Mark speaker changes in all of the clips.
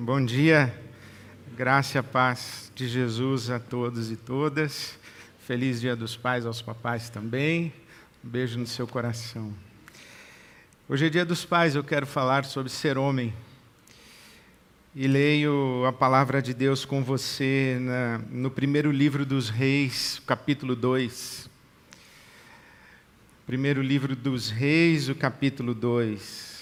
Speaker 1: Bom dia, graça e a paz de Jesus a todos e todas. Feliz Dia dos Pais aos papais também. Um beijo no seu coração. Hoje é Dia dos Pais, eu quero falar sobre ser homem. E leio a palavra de Deus com você no primeiro livro dos Reis, capítulo 2. Primeiro livro dos Reis, o capítulo 2.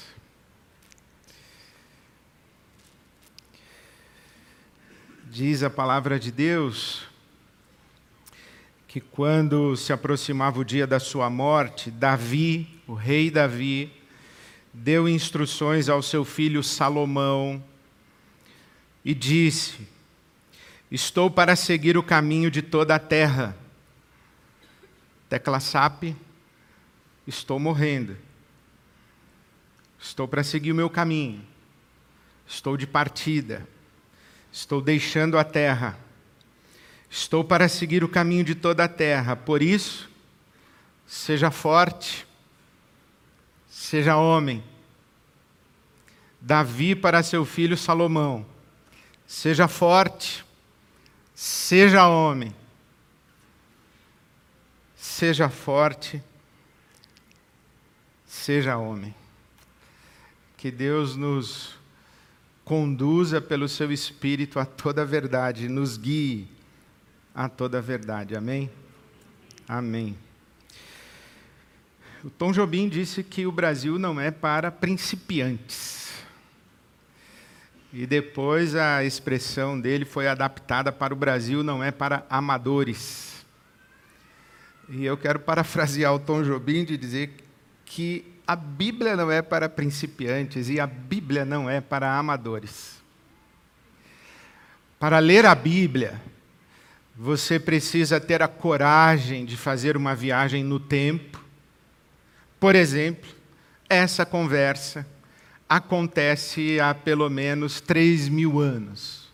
Speaker 1: Diz a palavra de Deus que quando se aproximava o dia da sua morte, Davi, o rei Davi, deu instruções ao seu filho Salomão e disse: estou para seguir o caminho de toda a terra. Tecla SAP, estou morrendo. Estou para seguir o meu caminho. Estou de partida. Estou deixando a terra. Estou para seguir o caminho de toda a terra. Por isso, seja forte, seja homem. Davi para seu filho Salomão: seja forte, seja homem. Seja forte, seja homem. Que Deus nos conduza pelo seu Espírito a toda a verdade, nos guie a toda a verdade. Amém? Amém. O Tom Jobim disse que o Brasil não é para principiantes. E depois a expressão dele foi adaptada para o Brasil não é para amadores. E eu quero parafrasear o Tom Jobim de dizer que a Bíblia não é para principiantes e a Bíblia não é para amadores. Para ler a Bíblia, você precisa ter a coragem de fazer uma viagem no tempo. Por exemplo, essa conversa acontece há pelo menos 3.000 anos.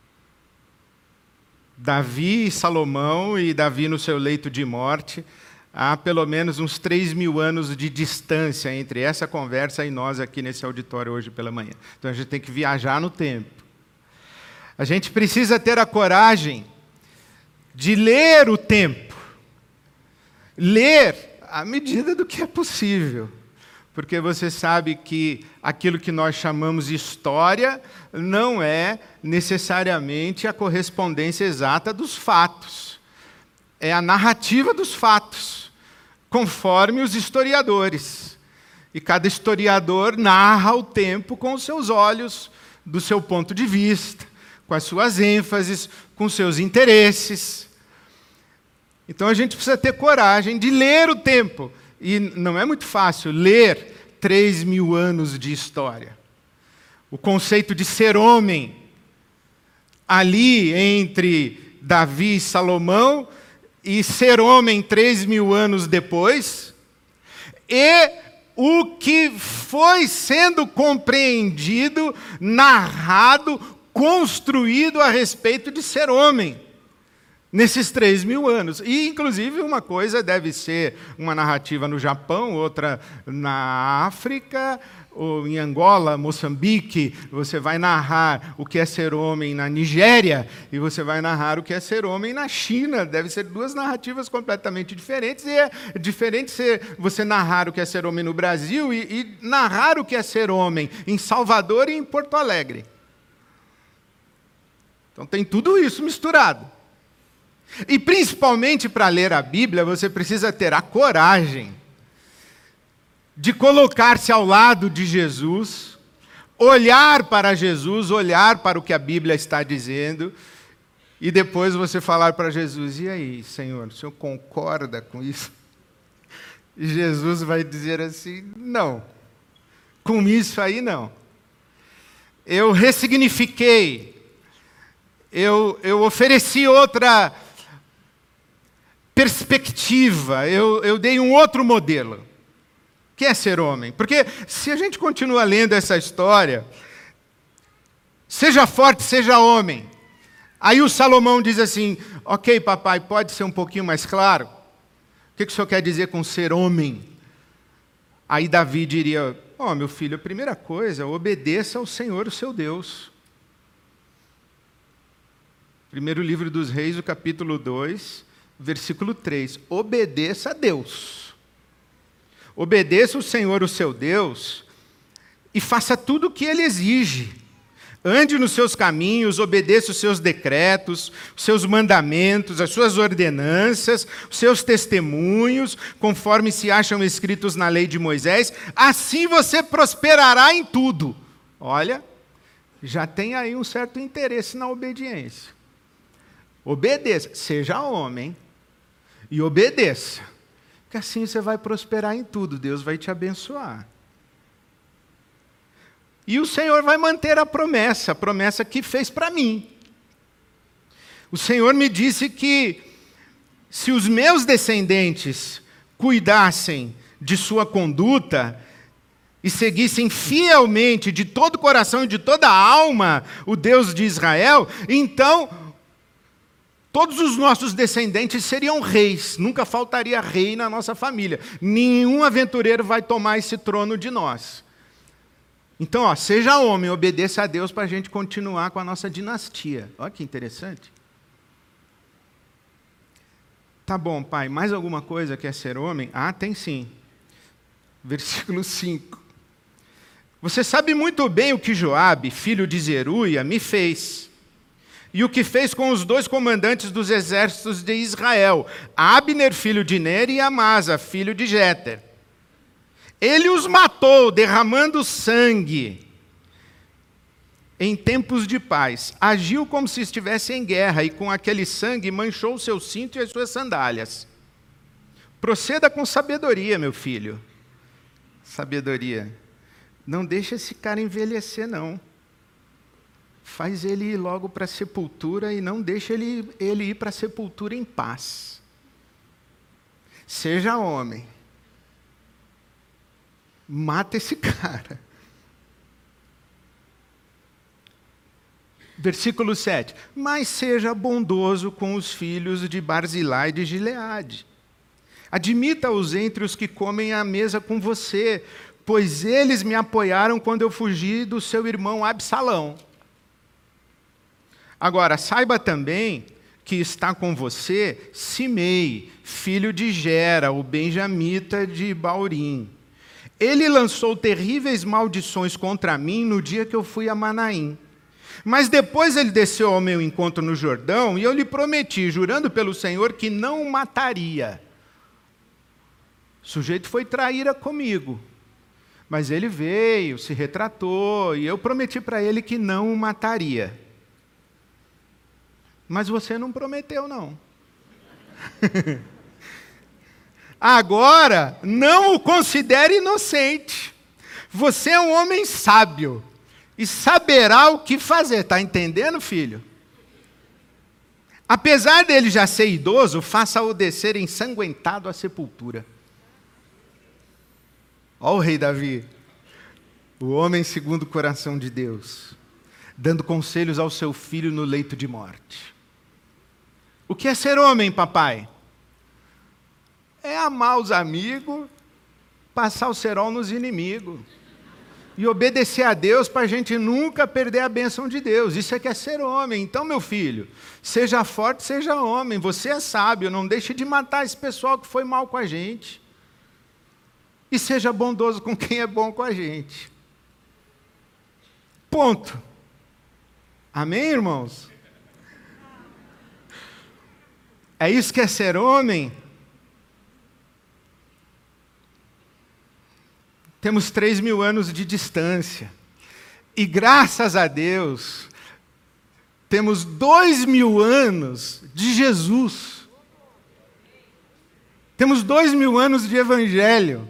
Speaker 1: Davi e Salomão, e Davi no seu leito de morte, há pelo menos uns 3.000 anos de distância entre essa conversa e nós aqui nesse auditório hoje pela manhã. Então a gente tem que viajar no tempo. A gente precisa ter a coragem de ler o tempo. Ler à medida do que é possível. Porque você sabe que aquilo que nós chamamos de história não é necessariamente a correspondência exata dos fatos. É a narrativa dos fatos, conforme os historiadores. E cada historiador narra o tempo com os seus olhos, do seu ponto de vista, com as suas ênfases, com seus interesses. Então a gente precisa ter coragem de ler o tempo. E não é muito fácil ler 3.000 anos de história. O conceito de ser homem, ali entre Davi e Salomão, e ser homem 3.000 anos depois, e o que foi sendo compreendido, narrado, construído a respeito de ser homem, nesses 3.000 anos. E, inclusive, uma coisa deve ser uma narrativa no Japão, outra na África, ou em Angola, Moçambique. Você vai narrar o que é ser homem na Nigéria, e você vai narrar o que é ser homem na China. Deve ser duas narrativas completamente diferentes, e é diferente você narrar o que é ser homem no Brasil e narrar o que é ser homem em Salvador e em Porto Alegre. Então tem tudo isso misturado. E principalmente para ler a Bíblia, você precisa ter a coragem de colocar-se ao lado de Jesus, olhar para Jesus, olhar para o que a Bíblia está dizendo, e depois você falar para Jesus: e aí, Senhor, o Senhor concorda com isso? E Jesus vai dizer assim: não, com isso aí não. Eu ressignifiquei, eu ofereci outra perspectiva, eu dei um outro modelo. Que é ser homem? Porque se a gente continua lendo essa história, seja forte, seja homem. Aí o Salomão diz assim: ok, papai, pode ser um pouquinho mais claro? O que o senhor quer dizer com ser homem? Aí Davi diria: meu filho, a primeira coisa, obedeça ao Senhor, o seu Deus. Primeiro livro dos Reis, o capítulo 2, versículo 3. Obedeça a Deus. Obedeça o Senhor, o seu Deus, e faça tudo o que Ele exige. Ande nos seus caminhos, obedeça os seus decretos, os seus mandamentos, as suas ordenanças, os seus testemunhos, conforme se acham escritos na lei de Moisés. Assim você prosperará em tudo. Olha, já tem aí um certo interesse na obediência. Obedeça, seja homem e obedeça, que assim você vai prosperar em tudo, Deus vai te abençoar. E o Senhor vai manter a promessa que fez para mim. O Senhor me disse que se os meus descendentes cuidassem de sua conduta e seguissem fielmente, de todo o coração e de toda a alma, o Deus de Israel, então todos os nossos descendentes seriam reis, nunca faltaria rei na nossa família. Nenhum aventureiro vai tomar esse trono de nós. Então, seja homem, obedeça a Deus para a gente continuar com a nossa dinastia. Olha que interessante. Tá bom, pai, mais alguma coisa que é ser homem? Tem sim. Versículo 5. Você sabe muito bem o que Joabe, filho de Zeruia, me fez. E o que fez com os 2 comandantes dos exércitos de Israel, Abner, filho de Ner, e Amasa, filho de Jéter. Ele os matou, derramando sangue em tempos de paz. Agiu como se estivesse em guerra, e com aquele sangue manchou o seu cinto e as suas sandálias. Proceda com sabedoria, meu filho. Sabedoria. Não deixa esse cara envelhecer, não. Faz ele ir logo para a sepultura e não deixa ele ir para a sepultura em paz. Seja homem. Mata esse cara. Versículo 7. Mas seja bondoso com os filhos de Barzilai e de Gileade. Admita-os entre os que comem à mesa com você, pois eles me apoiaram quando eu fugi do seu irmão Absalão. Agora, saiba também que está com você Simei, filho de Gera, o benjamita de Baurim. Ele lançou terríveis maldições contra mim no dia que eu fui a Manaim. Mas depois ele desceu ao meu encontro no Jordão e eu lhe prometi, jurando pelo Senhor, que não o mataria. O sujeito foi traíra comigo, mas ele veio, se retratou e eu prometi para ele que não o mataria. Mas você não prometeu, não. Agora, não o considere inocente. Você é um homem sábio e saberá o que fazer. Está entendendo, filho? Apesar dele já ser idoso, faça-o descer ensanguentado à sepultura. Olha o rei Davi, o homem segundo o coração de Deus, dando conselhos ao seu filho no leito de morte. O que é ser homem, papai? É amar os amigos, passar o cerol nos inimigos. E obedecer a Deus para a gente nunca perder a bênção de Deus. Isso é que é ser homem. Então, meu filho, seja forte, seja homem. Você é sábio, não deixe de matar esse pessoal que foi mal com a gente. E seja bondoso com quem é bom com a gente. Ponto. Amém, irmãos? É isso que é ser homem? Temos 3.000 anos de distância. E graças a Deus, temos 2.000 anos de Jesus. Temos 2.000 anos de Evangelho.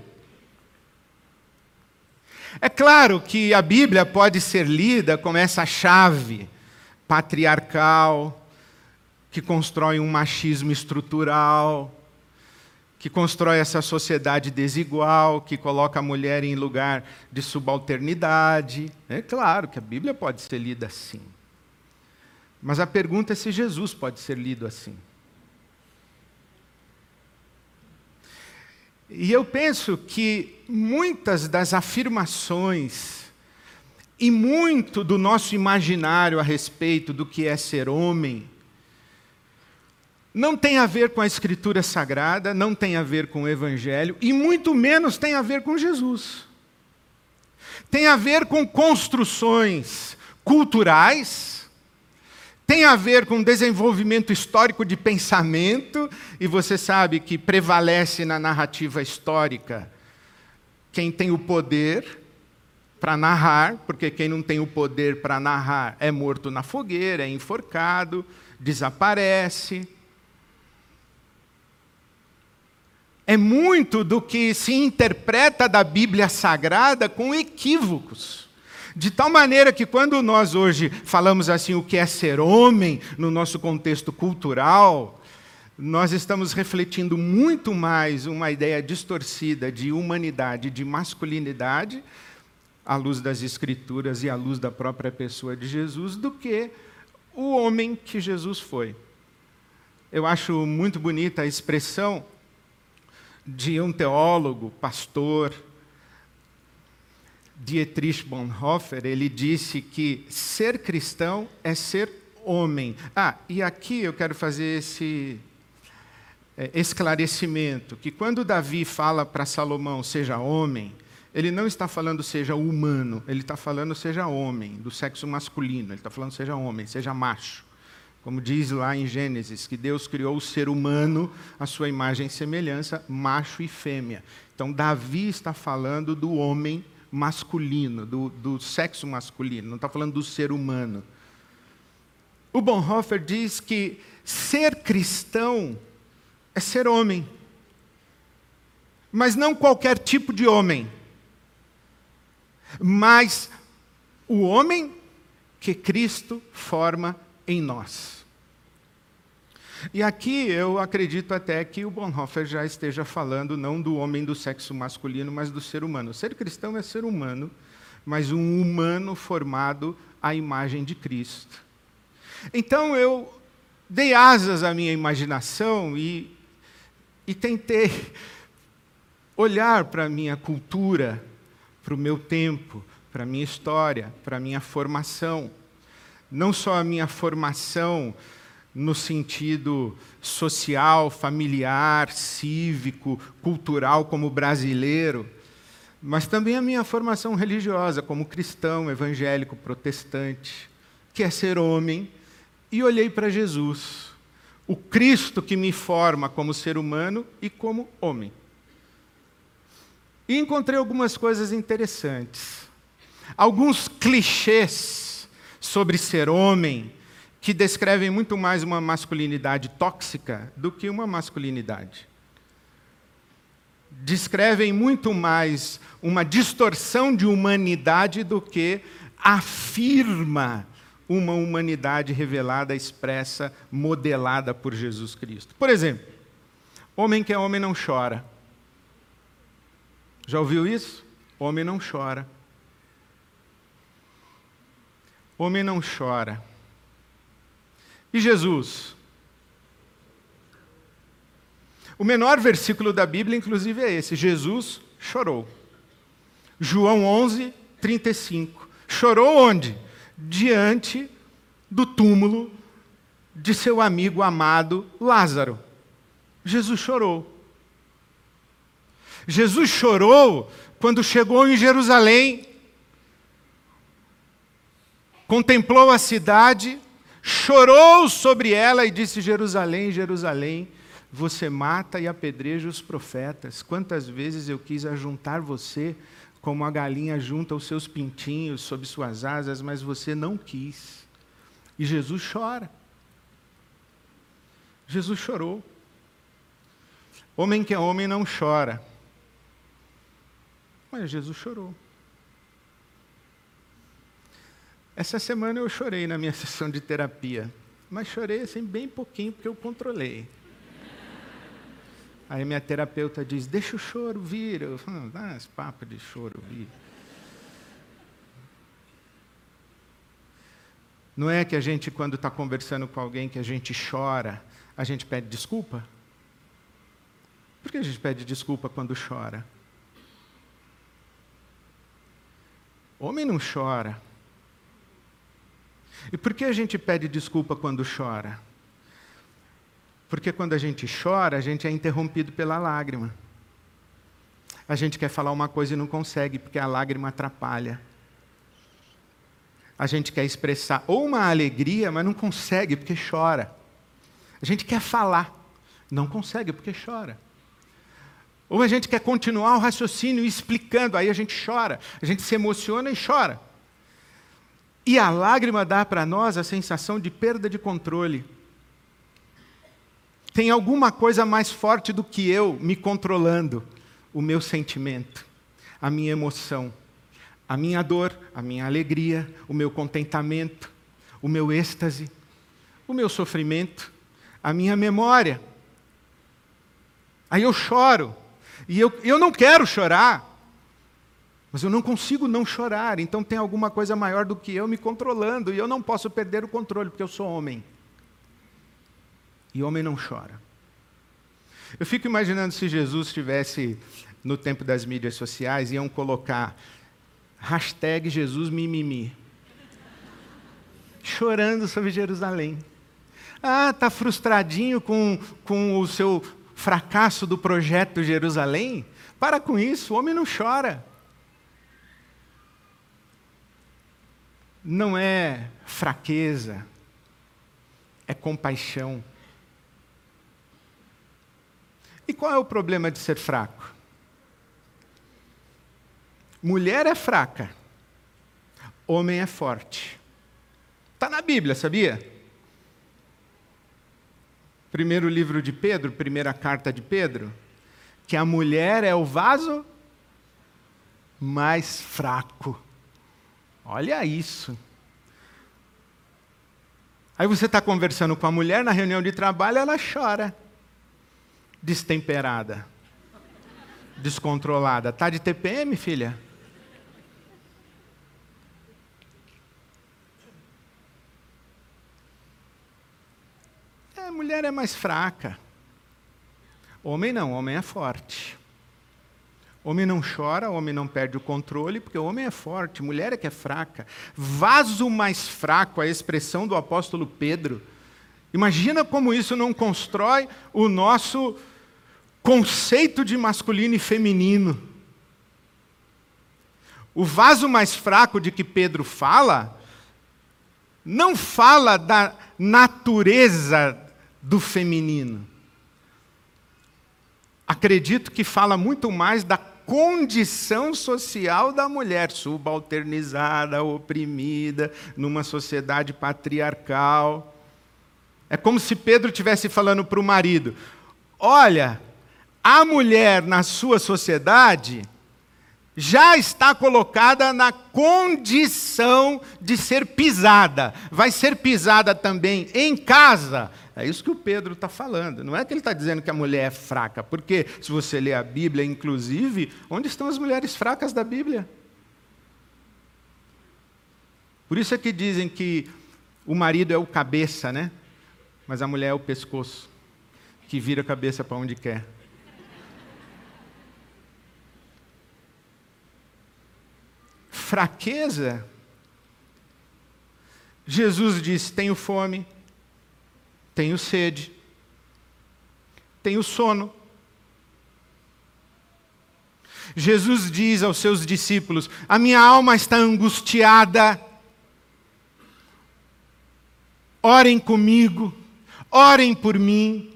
Speaker 1: É claro que a Bíblia pode ser lida como essa chave patriarcal, que constrói um machismo estrutural, que constrói essa sociedade desigual, que coloca a mulher em lugar de subalternidade. É claro que a Bíblia pode ser lida assim. Mas a pergunta é se Jesus pode ser lido assim. E eu penso que muitas das afirmações e muito do nosso imaginário a respeito do que é ser homem não tem a ver com a Escritura Sagrada, não tem a ver com o Evangelho, e muito menos tem a ver com Jesus. Tem a ver com construções culturais, tem a ver com desenvolvimento histórico de pensamento, e você sabe que prevalece na narrativa histórica quem tem o poder para narrar, porque quem não tem o poder para narrar é morto na fogueira, é enforcado, desaparece. É muito do que se interpreta da Bíblia Sagrada com equívocos. De tal maneira que quando nós hoje falamos assim o que é ser homem, no nosso contexto cultural, nós estamos refletindo muito mais uma ideia distorcida de humanidade, de masculinidade, à luz das Escrituras e à luz da própria pessoa de Jesus, do que o homem que Jesus foi. Eu acho muito bonita a expressão de um teólogo, pastor, Dietrich Bonhoeffer. Ele disse que ser cristão é ser homem. E aqui eu quero fazer esse esclarecimento, que quando Davi fala para Salomão, seja homem, ele não está falando seja humano, ele está falando seja homem, do sexo masculino, ele está falando seja homem, seja macho. Como diz lá em Gênesis, que Deus criou o ser humano à sua imagem e semelhança, macho e fêmea. Então, Davi está falando do homem masculino, do sexo masculino, não está falando do ser humano. O Bonhoeffer diz que ser cristão é ser homem, mas não qualquer tipo de homem, mas o homem que Cristo forma em nós. E aqui eu acredito até que o Bonhoeffer já esteja falando não do homem do sexo masculino, mas do ser humano. Ser cristão é ser humano, mas um humano formado à imagem de Cristo. Então eu dei asas à minha imaginação e tentei olhar para a minha cultura, para o meu tempo, para a minha história, para a minha formação. Não só a minha formação no sentido social, familiar, cívico, cultural como brasileiro, mas também a minha formação religiosa como cristão, evangélico, protestante, que é ser homem, e olhei para Jesus, o Cristo que me forma como ser humano e como homem. E encontrei algumas coisas interessantes, alguns clichês sobre ser homem, que descrevem muito mais uma masculinidade tóxica do que uma masculinidade. Descrevem muito mais uma distorção de humanidade do que afirma uma humanidade revelada, expressa, modelada por Jesus Cristo. Por exemplo, homem que é homem não chora. Já ouviu isso? Homem não chora. Homem não chora. E Jesus? O menor versículo da Bíblia, inclusive, é esse. Jesus chorou. João 11, 35. Chorou onde? Diante do túmulo de seu amigo amado Lázaro. Jesus chorou. Jesus chorou quando chegou em Jerusalém, contemplou a cidade, chorou sobre ela e disse: Jerusalém, Jerusalém, você mata e apedreja os profetas. Quantas vezes eu quis ajuntar você como a galinha junta os seus pintinhos sob suas asas, mas você não quis. E Jesus chora. Jesus chorou. Homem que é homem não chora. Mas Jesus chorou. Essa semana eu chorei na minha sessão de terapia, mas chorei assim bem pouquinho, porque eu controlei. Aí minha terapeuta diz: deixa o choro vir. Eu falo: esse papo de choro vir. Não é que a gente, quando está conversando com alguém, que a gente chora, a gente pede desculpa? Por que a gente pede desculpa quando chora? Homem não chora. E por que a gente pede desculpa quando chora? Porque quando a gente chora, a gente é interrompido pela lágrima. A gente quer falar uma coisa e não consegue, porque a lágrima atrapalha. A gente quer expressar ou uma alegria, mas não consegue, porque chora. A gente quer falar, não consegue, porque chora. Ou a gente quer continuar o raciocínio explicando, aí a gente chora. A gente se emociona e chora. E a lágrima dá para nós a sensação de perda de controle. Tem alguma coisa mais forte do que eu me controlando. O meu sentimento, a minha emoção, a minha dor, a minha alegria, o meu contentamento, o meu êxtase, o meu sofrimento, a minha memória. Aí eu choro. E eu não quero chorar, mas eu não consigo não chorar. Então tem alguma coisa maior do que eu me controlando. E eu não posso perder o controle, porque eu sou homem. E homem não chora. Eu fico imaginando se Jesus estivesse no tempo das mídias sociais, iam colocar #JesusMimimi. Chorando sobre Jerusalém. Ah, está frustradinho com o seu fracasso do projeto Jerusalém? Para com isso, o homem não chora. Não é fraqueza, é compaixão. E qual é o problema de ser fraco? Mulher é fraca, homem é forte. Está na Bíblia, sabia? Primeiro livro de Pedro, primeira carta de Pedro, que a mulher é o vaso mais fraco. Olha isso. Aí você está conversando com a mulher na reunião de trabalho, ela chora. Destemperada. Descontrolada. Está de TPM, filha? A mulher é mais fraca. Homem não, homem é forte. Homem não chora, homem não perde o controle, porque o homem é forte, mulher é que é fraca. Vaso mais fraco, a expressão do apóstolo Pedro. Imagina como isso não constrói o nosso conceito de masculino e feminino. O vaso mais fraco de que Pedro fala, não fala da natureza do feminino. Acredito que fala muito mais da condição social da mulher, subalternizada, oprimida, numa sociedade patriarcal. É como se Pedro estivesse falando para o marido: olha, a mulher na sua sociedade já está colocada na condição de ser pisada. Vai ser pisada também em casa. É isso que o Pedro está falando. Não é que ele está dizendo que a mulher é fraca, porque se você ler a Bíblia, inclusive, onde estão as mulheres fracas da Bíblia? Por isso é que dizem que o marido é o cabeça, né? Mas a mulher é o pescoço, que vira a cabeça para onde quer. Fraqueza. Jesus disse: tenho fome, tenho sede, tenho sono. Jesus diz aos seus discípulos: a minha alma está angustiada. Orem comigo, orem por mim.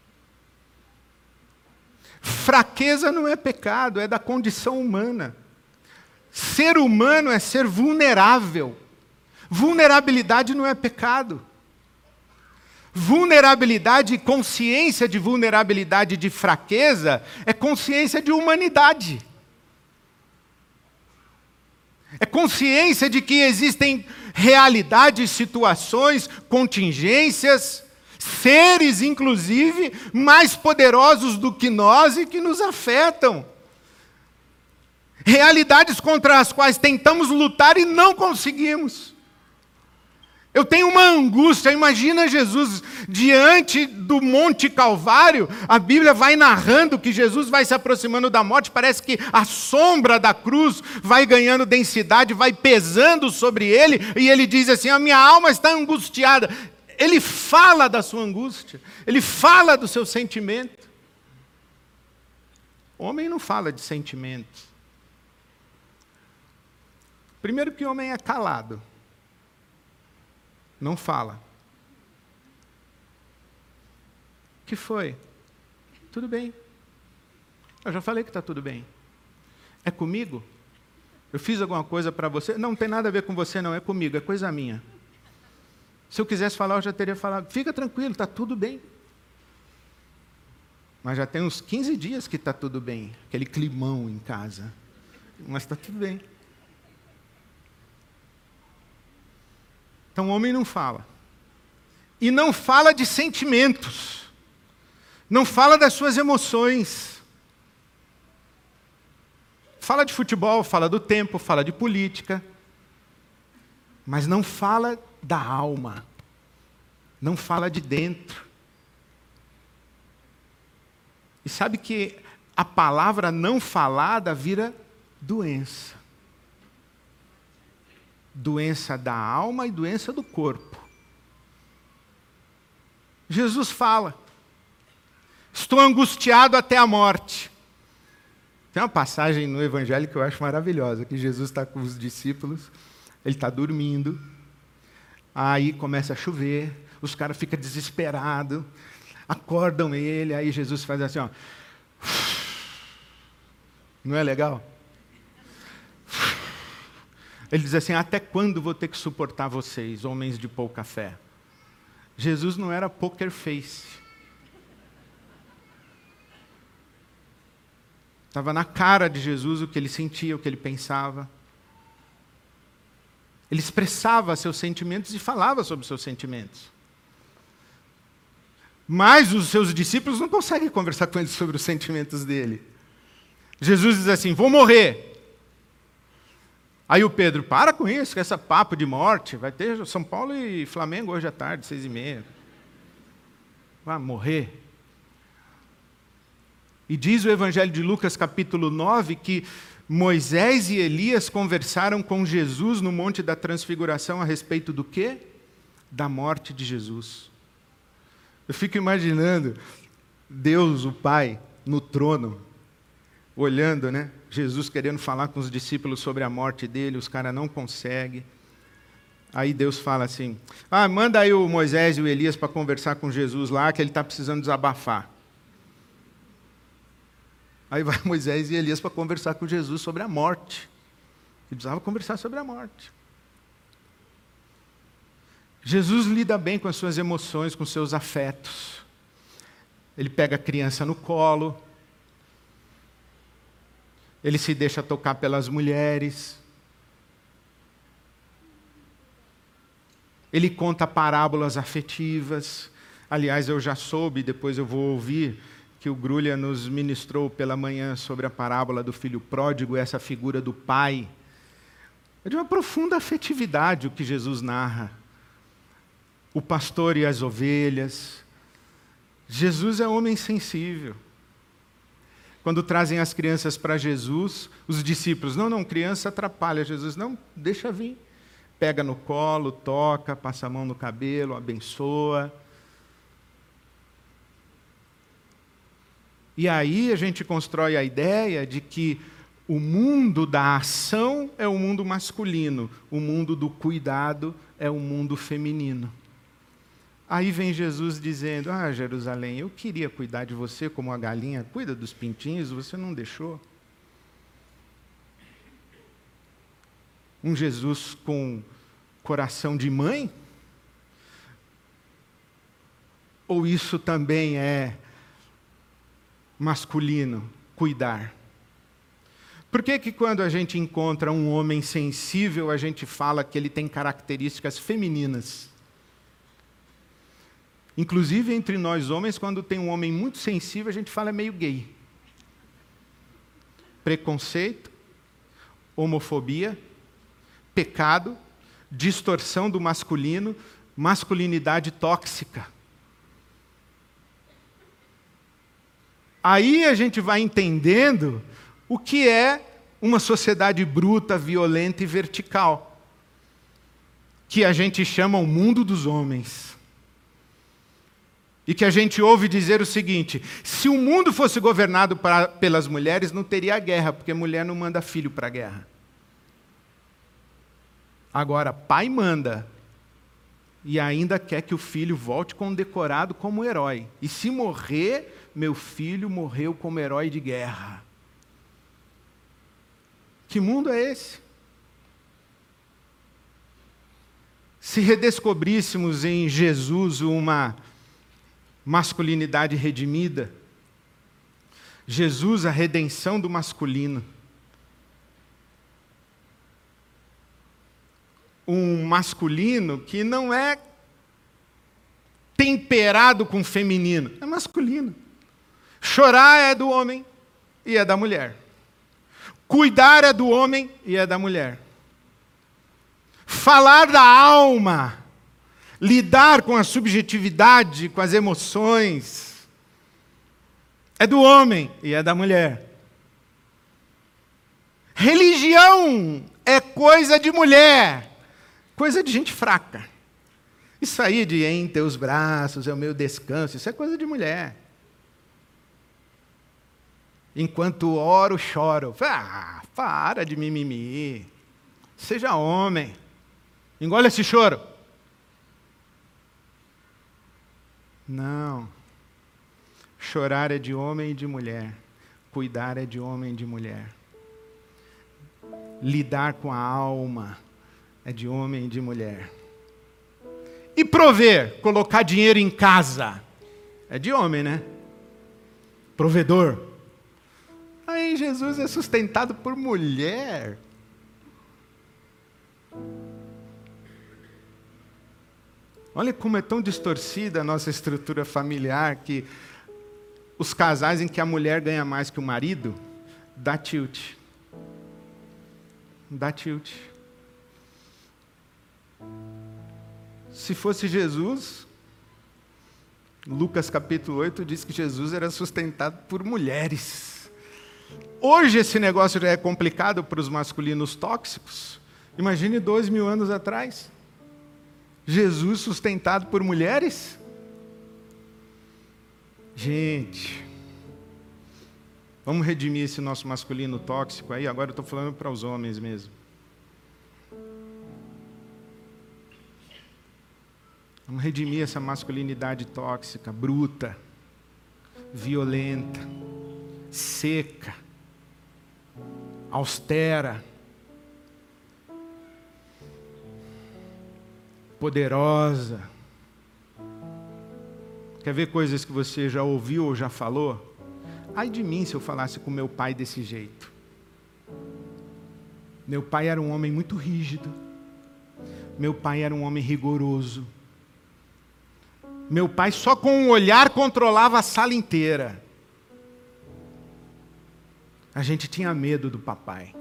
Speaker 1: Fraqueza não é pecado, é da condição humana. Ser humano é ser vulnerável. Vulnerabilidade não é pecado. Vulnerabilidade, consciência de vulnerabilidade, de fraqueza, é consciência de humanidade. É consciência de que existem realidades, situações, contingências, seres, inclusive, mais poderosos do que nós e que nos afetam. Realidades contra as quais tentamos lutar e não conseguimos. Eu tenho uma angústia. Imagina Jesus diante do Monte Calvário. A Bíblia vai narrando que Jesus vai se aproximando da morte. Parece que a sombra da cruz vai ganhando densidade, vai pesando sobre ele. E ele diz assim: a minha alma está angustiada. Ele fala da sua angústia, ele fala do seu sentimento. Homem não fala de sentimentos. Primeiro que o homem é calado. Não fala. O que foi? Tudo bem. Eu já falei que está tudo bem. É comigo? Eu fiz alguma coisa para você? Não tem nada a ver com você, não. É comigo, é coisa minha. Se eu quisesse falar, eu já teria falado. Fica tranquilo, está tudo bem. Mas já tem uns 15 dias que está tudo bem. Aquele climão em casa. Mas está tudo bem. Então o homem não fala. E não fala de sentimentos. Não fala das suas emoções. Fala de futebol, fala do tempo, fala de política. Mas não fala da alma. Não fala de dentro. E sabe que a palavra não falada vira doença. Doença da alma e doença do corpo. Jesus fala: estou angustiado até a morte. Tem uma passagem no Evangelho que eu acho maravilhosa, que Jesus está com os discípulos, ele está dormindo, aí começa a chover, os caras ficam desesperados, acordam ele, aí Jesus faz assim, ó. Não é legal? Ele diz assim: até quando vou ter que suportar vocês, homens de pouca fé? Jesus não era poker face. Estava na cara de Jesus o que ele sentia, o que ele pensava. Ele expressava seus sentimentos e falava sobre seus sentimentos. Mas os seus discípulos não conseguem conversar com ele sobre os sentimentos dele. Jesus diz assim: vou morrer. Aí o Pedro: para com isso, com esse papo de morte. Vai ter São Paulo e Flamengo hoje à tarde, 6h30. Vai morrer. E diz o Evangelho de Lucas, capítulo 9, que Moisés e Elias conversaram com Jesus no Monte da Transfiguração a respeito do quê? Da morte de Jesus. Eu fico imaginando Deus, o Pai, no trono, olhando, né? Jesus querendo falar com os discípulos sobre a morte dele, os caras não conseguem. Aí Deus fala assim: manda aí o Moisés e o Elias para conversar com Jesus lá, que ele está precisando desabafar. Aí vai Moisés e Elias para conversar com Jesus sobre a morte. Ele precisava conversar sobre a morte. Jesus lida bem com as suas emoções, com seus afetos. Ele pega a criança no colo. Ele se deixa tocar pelas mulheres. Ele conta parábolas afetivas. Aliás, eu já soube, depois eu vou ouvir, que o Grulha nos ministrou pela manhã sobre a parábola do filho pródigo, essa figura do pai. É de uma profunda afetividade o que Jesus narra. O pastor e as ovelhas. Jesus é homem sensível. Quando trazem as crianças para Jesus, os discípulos: não, criança atrapalha. Jesus: não, deixa vir. Pega no colo, toca, passa a mão no cabelo, abençoa. E aí a gente constrói a ideia de que o mundo da ação é o mundo masculino, o mundo do cuidado é o mundo feminino. Aí vem Jesus dizendo: Jerusalém, eu queria cuidar de você como a galinha cuida dos pintinhos, você não deixou. Um Jesus com coração de mãe? Ou isso também é masculino, cuidar? Por que quando a gente encontra um homem sensível, a gente fala que ele tem características femininas? Inclusive, entre nós homens, quando tem um homem muito sensível, a gente fala meio gay. Preconceito, homofobia, pecado, distorção do masculino, masculinidade tóxica. Aí a gente vai entendendo o que é uma sociedade bruta, violenta e vertical, que a gente chama o mundo dos homens. E que a gente ouve dizer o seguinte: se o mundo fosse governado pelas mulheres, não teria guerra, porque mulher não manda filho para a guerra. Agora, pai manda, e ainda quer que o filho volte condecorado como herói. E se morrer, meu filho morreu como herói de guerra. Que mundo é esse? Se redescobríssemos em Jesus uma masculinidade redimida, Jesus, a redenção do masculino, um masculino que não é temperado com feminino, é masculino. Chorar é do homem e é da mulher. Cuidar é do homem e é da mulher. Falar da alma, lidar com a subjetividade, com as emoções, é do homem e é da mulher. Religião é coisa de mulher, coisa de gente fraca. Isso aí de em teus braços é o meu descanso, isso é coisa de mulher. Enquanto oro, choro. Para de mimimi. Seja homem. Engole esse choro. Não. Chorar é de homem e de mulher. Cuidar é de homem e de mulher. Lidar com a alma é de homem e de mulher. E prover, colocar dinheiro em casa, é de homem, né? Provedor. Aí Jesus é sustentado por mulher. Olha como é tão distorcida a nossa estrutura familiar que os casais em que a mulher ganha mais que o marido, dá tilt. Dá tilt. Se fosse Jesus, Lucas capítulo 8 diz que Jesus era sustentado por mulheres. Hoje esse negócio já é complicado para os masculinos tóxicos. Imagine 2000 anos atrás. Jesus sustentado por mulheres? Gente, vamos redimir esse nosso masculino tóxico aí? Agora eu estou falando para os homens mesmo. Vamos redimir essa masculinidade tóxica, bruta, violenta, seca, austera, poderosa. Quer ver coisas que você já ouviu ou já falou? Ai de mim se eu falasse com meu pai desse jeito. Meu pai era um homem muito rígido. Meu pai era um homem rigoroso. Meu pai só com um olhar controlava a sala inteira. A gente tinha medo do papai.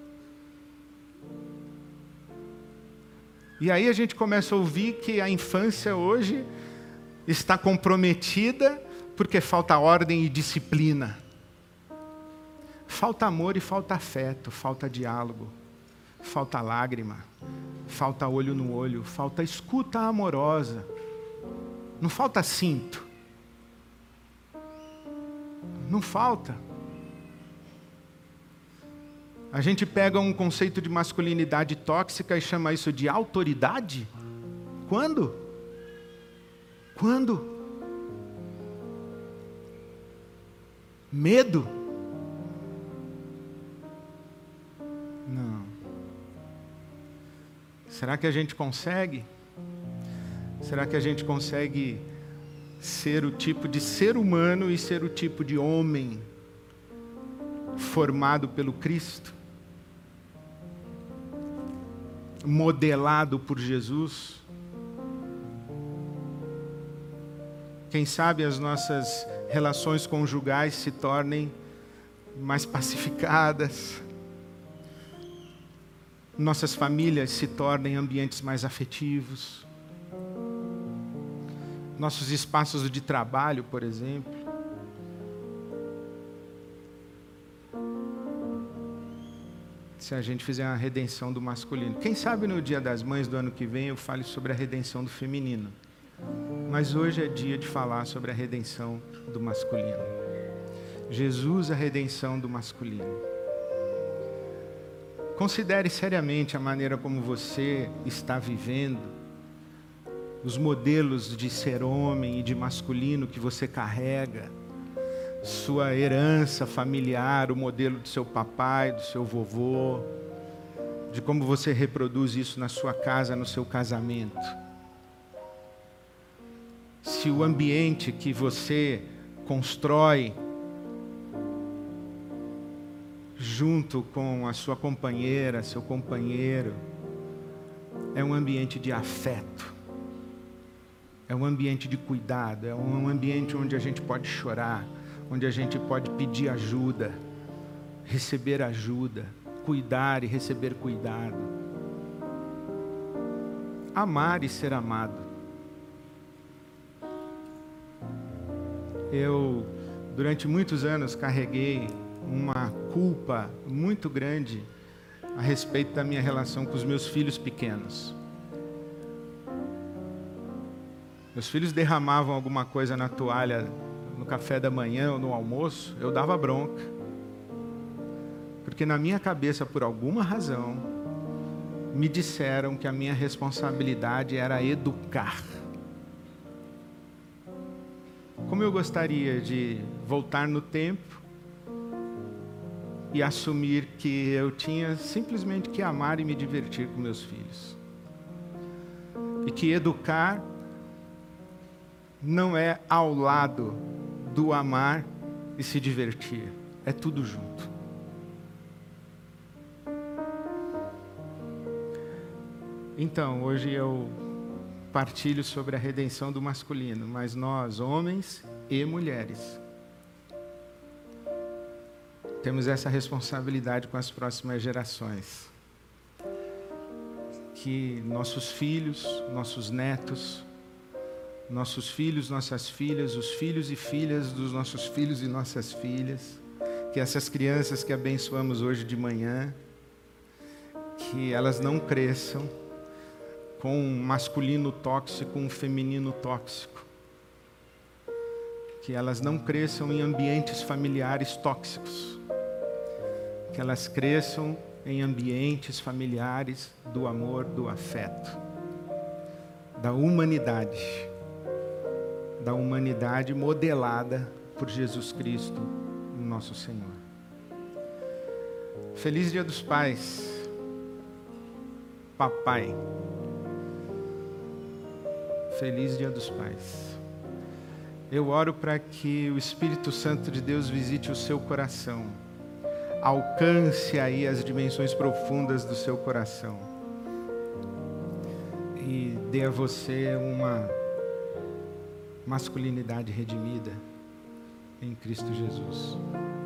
Speaker 1: E aí a gente começa a ouvir que a infância hoje está comprometida porque falta ordem e disciplina. Falta amor e falta afeto, falta diálogo, falta lágrima, falta olho no olho, falta escuta amorosa. Não falta cinto. Não falta. A gente pega um conceito de masculinidade tóxica e chama isso de autoridade? Quando? Quando? Medo? Não. Será que a gente consegue? Será que a gente consegue ser o tipo de ser humano e ser o tipo de homem formado pelo Cristo? Modelado por Jesus? Quem sabe as nossas relações conjugais se tornem mais pacificadas, nossas famílias se tornem ambientes mais afetivos, nossos espaços de trabalho, por exemplo. Se a gente fizer uma redenção do masculino. Quem sabe no Dia das Mães do ano que vem eu fale sobre a redenção do feminino. Mas hoje é dia de falar sobre a redenção do masculino. Jesus, a redenção do masculino. Considere seriamente a maneira como você está vivendo, os modelos de ser homem e de masculino que você carrega, sua herança familiar, o modelo do seu papai, do seu vovô, de como você reproduz isso na sua casa, no seu casamento. Se o ambiente que você constrói junto com a sua companheira, seu companheiro, é um ambiente de afeto, é um ambiente de cuidado, é um ambiente onde a gente pode chorar, onde a gente pode pedir ajuda, receber ajuda, cuidar e receber cuidado, amar e ser amado. Eu, durante muitos anos, carreguei uma culpa muito grande a respeito da minha relação com os meus filhos pequenos. Meus filhos derramavam alguma coisa na toalha no café da manhã ou no almoço, eu dava bronca. Porque na minha cabeça, por alguma razão, me disseram que a minha responsabilidade era educar. Como eu gostaria de voltar no tempo e assumir que eu tinha simplesmente que amar e me divertir com meus filhos. E que educar não é ao lado do amar e se divertir, é tudo junto. Então, hoje eu partilho sobre a redenção do masculino, mas nós, homens e mulheres, temos essa responsabilidade com as próximas gerações. Que nossos filhos, nossos netos, nossos filhos, nossas filhas, os filhos e filhas dos nossos filhos e nossas filhas, que essas crianças que abençoamos hoje de manhã, que elas não cresçam com um masculino tóxico, um feminino tóxico. Que elas não cresçam em ambientes familiares tóxicos. Que elas cresçam em ambientes familiares do amor, do afeto, da humanidade modelada por Jesus Cristo, nosso Senhor. Feliz Dia dos Pais, papai. Feliz Dia dos Pais. Eu oro para que o Espírito Santo de Deus visite o seu coração, alcance aí as dimensões profundas do seu coração e dê a você uma masculinidade redimida em Cristo Jesus.